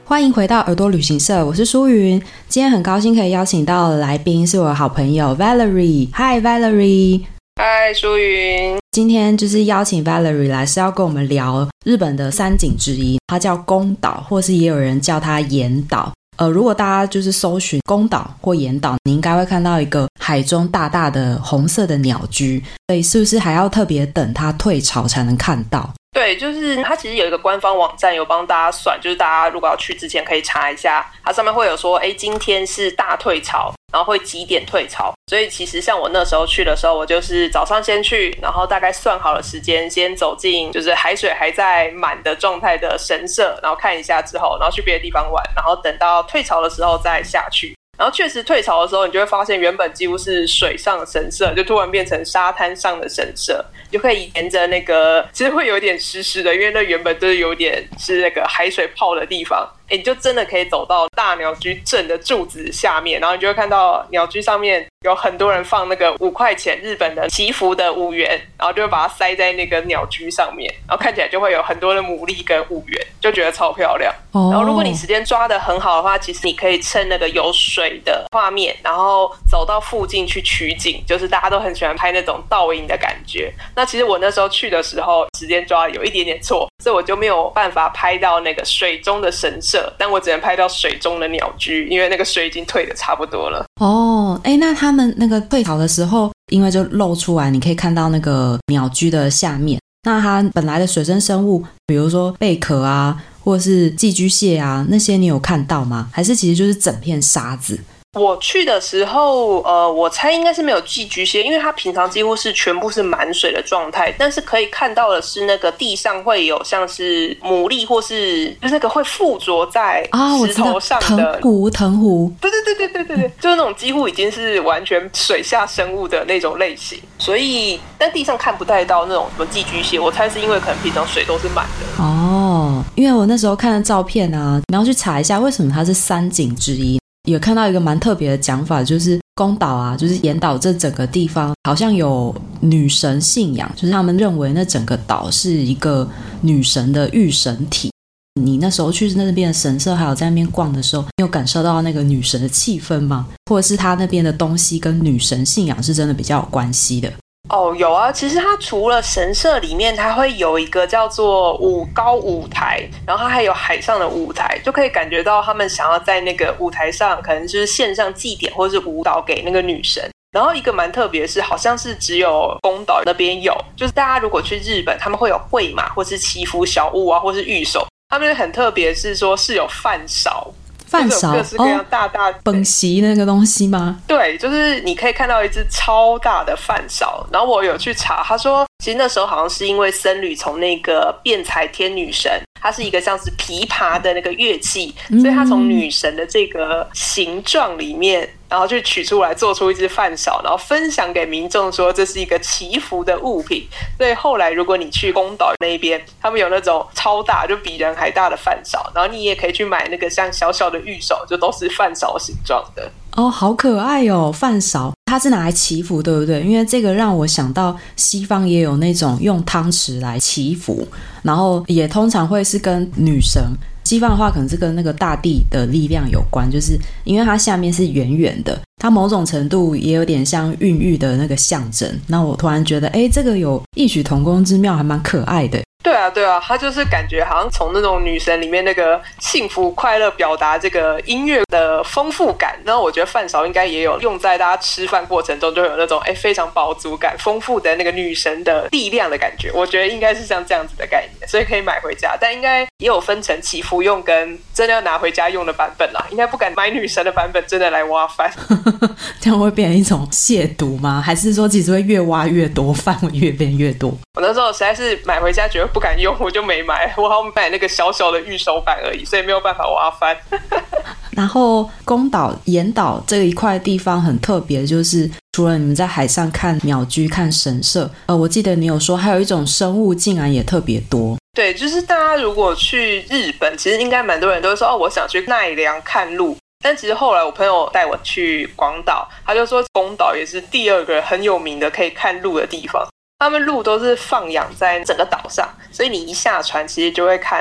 欢迎回到耳朵旅行社，我是舒云。今天很高兴可以邀请到的来宾是我的好朋友 Valerie。Hi Valerie。 嗨，舒云。 今天就是邀请 Valerie 来是要跟我们聊日本的三景之一，它叫宫岛，或是也有人叫它岩岛。如果大家就是搜寻宫岛或岩岛，你应该会看到一个海中大大的红色的鸟居，所以是不是还要特别等它退潮才能看到？ 对，就是它其实有一个官方网站有帮大家算，就是大家如果要去之前可以查一下，它上面会有说今天是大退潮，然后会几点退潮。所以其实像我那时候去的时候，我就是早上先去，然后大概算好了时间，先走进就是海水还在满的状态的神社，然后看一下之后，然后去别的地方玩，然后等到退潮的时候再下去。然后确实退潮的时候，你就会发现原本几乎是水上的神社，就突然变成沙滩上的神社，你就可以沿着那个其实会有点湿湿的，因为那原本就是有点是那个海水泡的地方，你就真的可以走到大鸟居镇的柱子下面，然后你就会看到鸟居上面有很多人放那个5块钱日本的祈福的5元，然后就会把它塞在那个鸟居上面，然后看起来就会有很多的牡蛎跟5元，就觉得超漂亮。然后如果你时间抓得很好的话，其实你可以趁那个有水的画面，然后走到附近去取景，就是大家都很喜欢拍那种倒影的感觉。那其实我那时候去的时候时间抓得有一点点错，所以我就没有办法拍到那个水中的神社，但我只能拍到水中的鸟居，因为那个水已经退得差不多了。 那他们那个退潮的时候，因为就露出来，你可以看到那个鸟居的下面，那它本来的水生生物，比如说贝壳啊，或者是寄居蟹啊，那些你有看到吗？还是其实就是整片沙子？ 我去的时候我猜应该是没有寄居蟹，因为它平常几乎是全部是满水的状态，但是可以看到的是那个地上会有像是牡蛎，或是就是那个会附着在石头上的藤壶， 对，就是那种几乎已经是完全水下生物的那种类型，所以但地上看不太到那种什么寄居蟹，我猜是因为可能平常水都是满的。 因为我那时候看的照片啊，然后去查一下为什么它是三景之一，有看到一个蛮特别的讲法，就是宫岛啊，就是岩岛这整个地方好像有女神信仰，就是他们认为那整个岛是一个女神的御神体。你那时候去那边的神社还有在那边逛的时候，你有感受到那个女神的气氛吗？或者是他那边的东西跟女神信仰是真的比较有关系的？ 有啊，其实它除了神社里面，它会有一个叫做高舞台，然后它还有海上的舞台，就可以感觉到他们想要在那个舞台上可能就是献上祭典或是舞蹈给那个女神。然后一个蛮特别的是，好像是只有宫岛那边有，就是大家如果去日本，他们会有会马或是祈福小物啊，或是御守，他们很特别是说是有饭勺，各式各样大本席那个东西吗？ 对，就是你可以看到一只超大的饭勺。然后我有去查，他说其实那时候好像是因为僧侣从那个辩才天女神，它是一个像是琵琶的那个乐器，所以他从女神的这个形状里面，然后去取出来做出一只饭勺，然后分享给民众说这是一个祈福的物品。所以后来如果你去宫岛那边，他们有那种超大就比人还大的饭勺，然后你也可以去买那个像小小的御手，就都是饭勺形状的。 好可爱哦，饭勺它是拿来祈福对不对？因为这个让我想到西方也有那种用汤匙来祈福，然后也通常会是跟女神，西方的话可能是跟那个大地的力量有关，就是因为它下面是圆圆的，它某种程度也有点像孕育的那个象征。那我突然觉得这个有异曲同工之妙，还蛮可爱的。 对啊，他就是感觉好像从那种女神里面那个幸福快乐表达这个音乐的丰富感，然后我觉得饭勺应该也有用在大家吃饭过程中，就有那种非常饱足感丰富的那个女神的力量的感觉，我觉得应该是像这样子的概念，所以可以买回家，但应该也有分成祈福用跟真的要拿回家用的版本啦，应该不敢买女神的版本真的来挖饭这样会变成一种亵渎吗？还是说其实会越挖越多，饭会越变越多？ 我那时候实在是买回家觉得不敢用，我就没买，我好像买那个小小的御手版而已，所以没有办法挖翻然后宫岛岩岛这一块地方很特别，就是除了你们在海上看鸟居看神社，我记得你有说还有一种生物竟然也特别多。 对，就是大家如果去日本，其实应该蛮多人都会说我想去奈良看鹿，但其实后来我朋友带我去广岛，他就说宫岛也是第2个很有名的可以看鹿的地方，他们鹿都是放养在整个岛上，所以你一下船其实就会看到。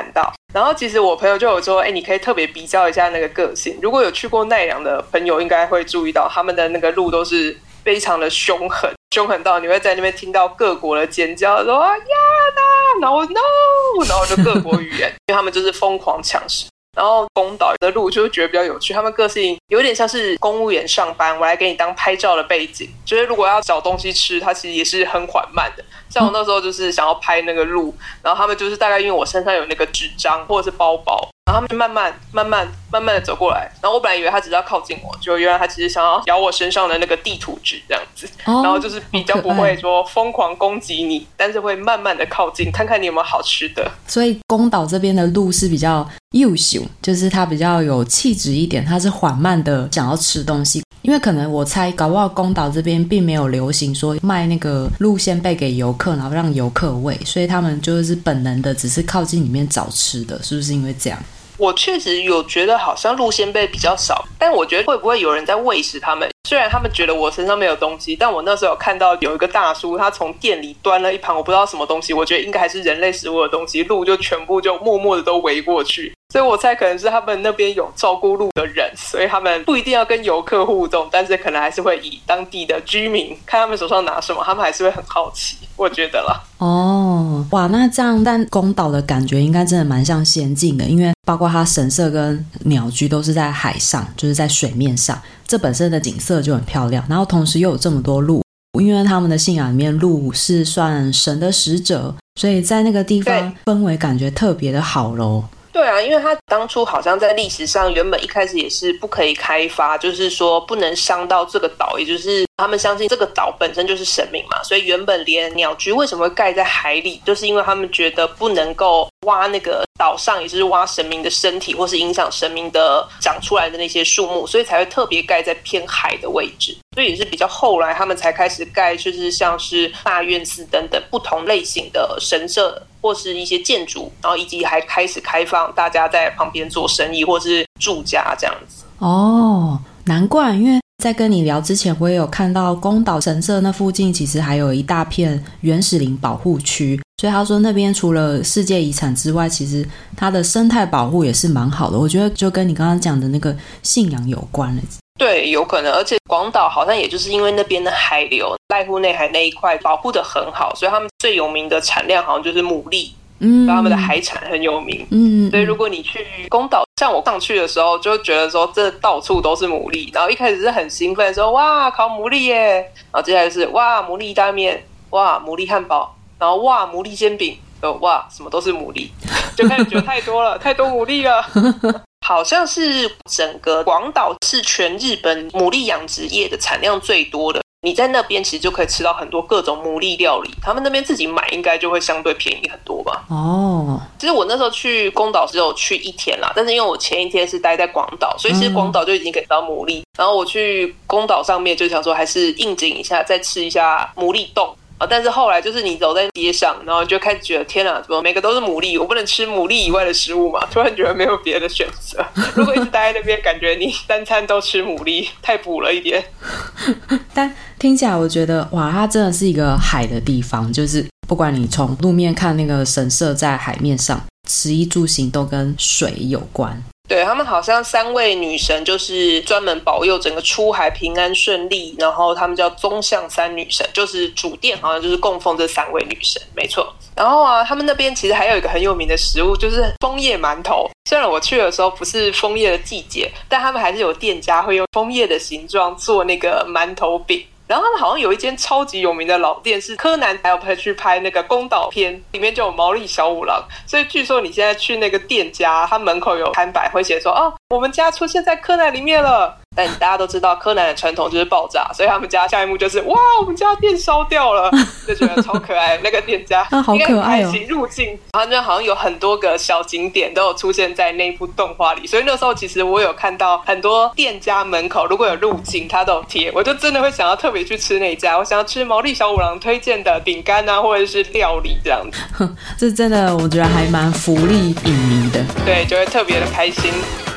然后其实我朋友就有说，你可以特别比较一下那个个性。如果有去过奈良的朋友，应该会注意到他们的那个鹿都是非常的凶狠，凶狠到你会在那边听到各国的尖叫，说啊呀啦，然后 no， 然后就各国语言，因为他们就是疯狂抢食。然后宫岛的鹿就会觉得比较有趣，他们个性有点像是公务员上班，我来给你当拍照的背景，就是如果要找东西吃，它其实也是很缓慢的。像我那时候就是想要拍那个鹿，然后他们就是大概因为我身上有那个纸张或者是包包，然后他们就慢慢的走过来，然后我本来以为他只是要靠近我，就原来他其实想要咬我身上的那个地图纸这样子，然后就是比较不会说疯狂攻击你，但是会慢慢的靠近，看看你有没有好吃的。 所以宫岛这边的鹿是比较幼秀，就是它比较有气质一点，它是缓慢的想要吃东西。因为可能我猜搞不好宫岛这边并没有流行说卖那个鹿仙贝给游客，然后让游客喂，所以他们就是本能的只是靠近里面找吃的，是不是因为这样？ 我确实有觉得好像鹿仙贝比较少，但我觉得会不会有人在喂食他们？虽然他们觉得我身上没有东西，但我那时候有看到有一个大叔，他从店里端了一盘我不知道什么东西，我觉得应该还是人类食物的东西，鹿就全部就默默的都围过去。所以我猜可能是他们那边有照顾鹿的人，所以他们不一定要跟游客互动，但是可能还是会以当地的居民看他们手上拿什么，他们还是会很好奇，我觉得啦。 哦，哇，那这样但宫岛的感觉应该真的蛮像仙境的，因为包括它神社跟鸟居都是在海上，就是在水面上，这本身的景色就很漂亮，然后同时又有这么多鹿，因为他们的信仰里面鹿是算神的使者，所以在那个地方氛围感觉特别的好咯。 对啊，因为他当初好像在历史上原本一开始也是不可以开发，就是说不能伤到这个岛，也就是他们相信这个岛本身就是神明嘛，所以原本连鸟居为什么会盖在海里，就是因为他们觉得不能够挖那个岛上，也就是挖神明的身体或是影响神明的长出来的那些树木，所以才会特别盖在偏海的位置。所以也是比较后来他们才开始盖，就是像是大院寺等等不同类型的神社或是一些建筑，然后以及还开始开放大家在旁边做生意或是住家这样子。 哦，难怪，因为在跟你聊之前我也有看到宫岛神社那附近其实还有一大片原始林保护区，所以他说那边除了世界遗产之外，其实它的生态保护也是蛮好的，我觉得就跟你刚刚讲的那个信仰有关了。 对，有可能，而且广岛好像也就是因为那边的海流濑户内海那一块保护得很好，所以他们最有名的产量好像就是牡蛎，他们的海产很有名。所以如果你去宫岛，像我上去的时候就觉得说这到处都是牡蛎，然后一开始是很兴奋说哇烤牡蛎耶，然后接下来是哇牡蛎意大面，哇牡蛎汉堡，然后哇牡蛎煎饼，哇什么都是牡蛎，就开始觉得太多了太多牡蛎了。好像是整个广岛是全日本牡蛎养殖业的产量最多的，你在那边其实就可以吃到很多各种牡蛎料理，他们那边自己买应该就会相对便宜很多吧。其实我那时候去宫岛只有去1天啦，但是因为我前一天是待在广岛，所以其实广岛就已经可以吃到牡蛎，然后我去宫岛上面就想说还是应景一下，再吃一下牡蛎冻。但是后来就是你走在街上，然后你就开始觉得天啊，怎么每个都是牡蛎，我不能吃牡蛎以外的食物嘛？突然觉得没有别的选择。如果一直待在那边，感觉你3餐都吃牡蛎，太补了一点。 但听起来我觉得哇，它真的是一个海的地方，就是不管你从路面看那个神社在海面上，食衣住行都跟水有关。 对，他们好像3位女神就是专门保佑整个出海平安顺利，然后他们叫宗像3女神，就是主殿好像就是供奉这3位女神，没错。然后啊，他们那边其实还有一个很有名的食物，就是枫叶馒头。虽然我去的时候不是枫叶的季节，但他们还是有店家会用枫叶的形状做那个馒头饼。然后他们好像有一间超级有名的老店，是柯南还有去拍那个宫岛片，里面就有毛利小五郎，所以据说你现在去那个店家，他门口有摊摆会写说哦，我们家出现在柯南里面了。但大家都知道柯南的传统就是爆炸，所以他们家下一幕就是哇，我们家店烧掉了，就觉得超可爱。那个店家好可爱哦， 应该很开心入境，然后就好像有很多个小景点都有出现在那部动画里，所以那时候其实我有看到很多店家门口如果有入境，他都有贴，我就真的会想要特别去吃那一家，我想要吃毛利小五郎推荐的饼干啊，或者是料理这样子。 这真的我觉得还蛮福利影迷的， 对，就会特别的开心。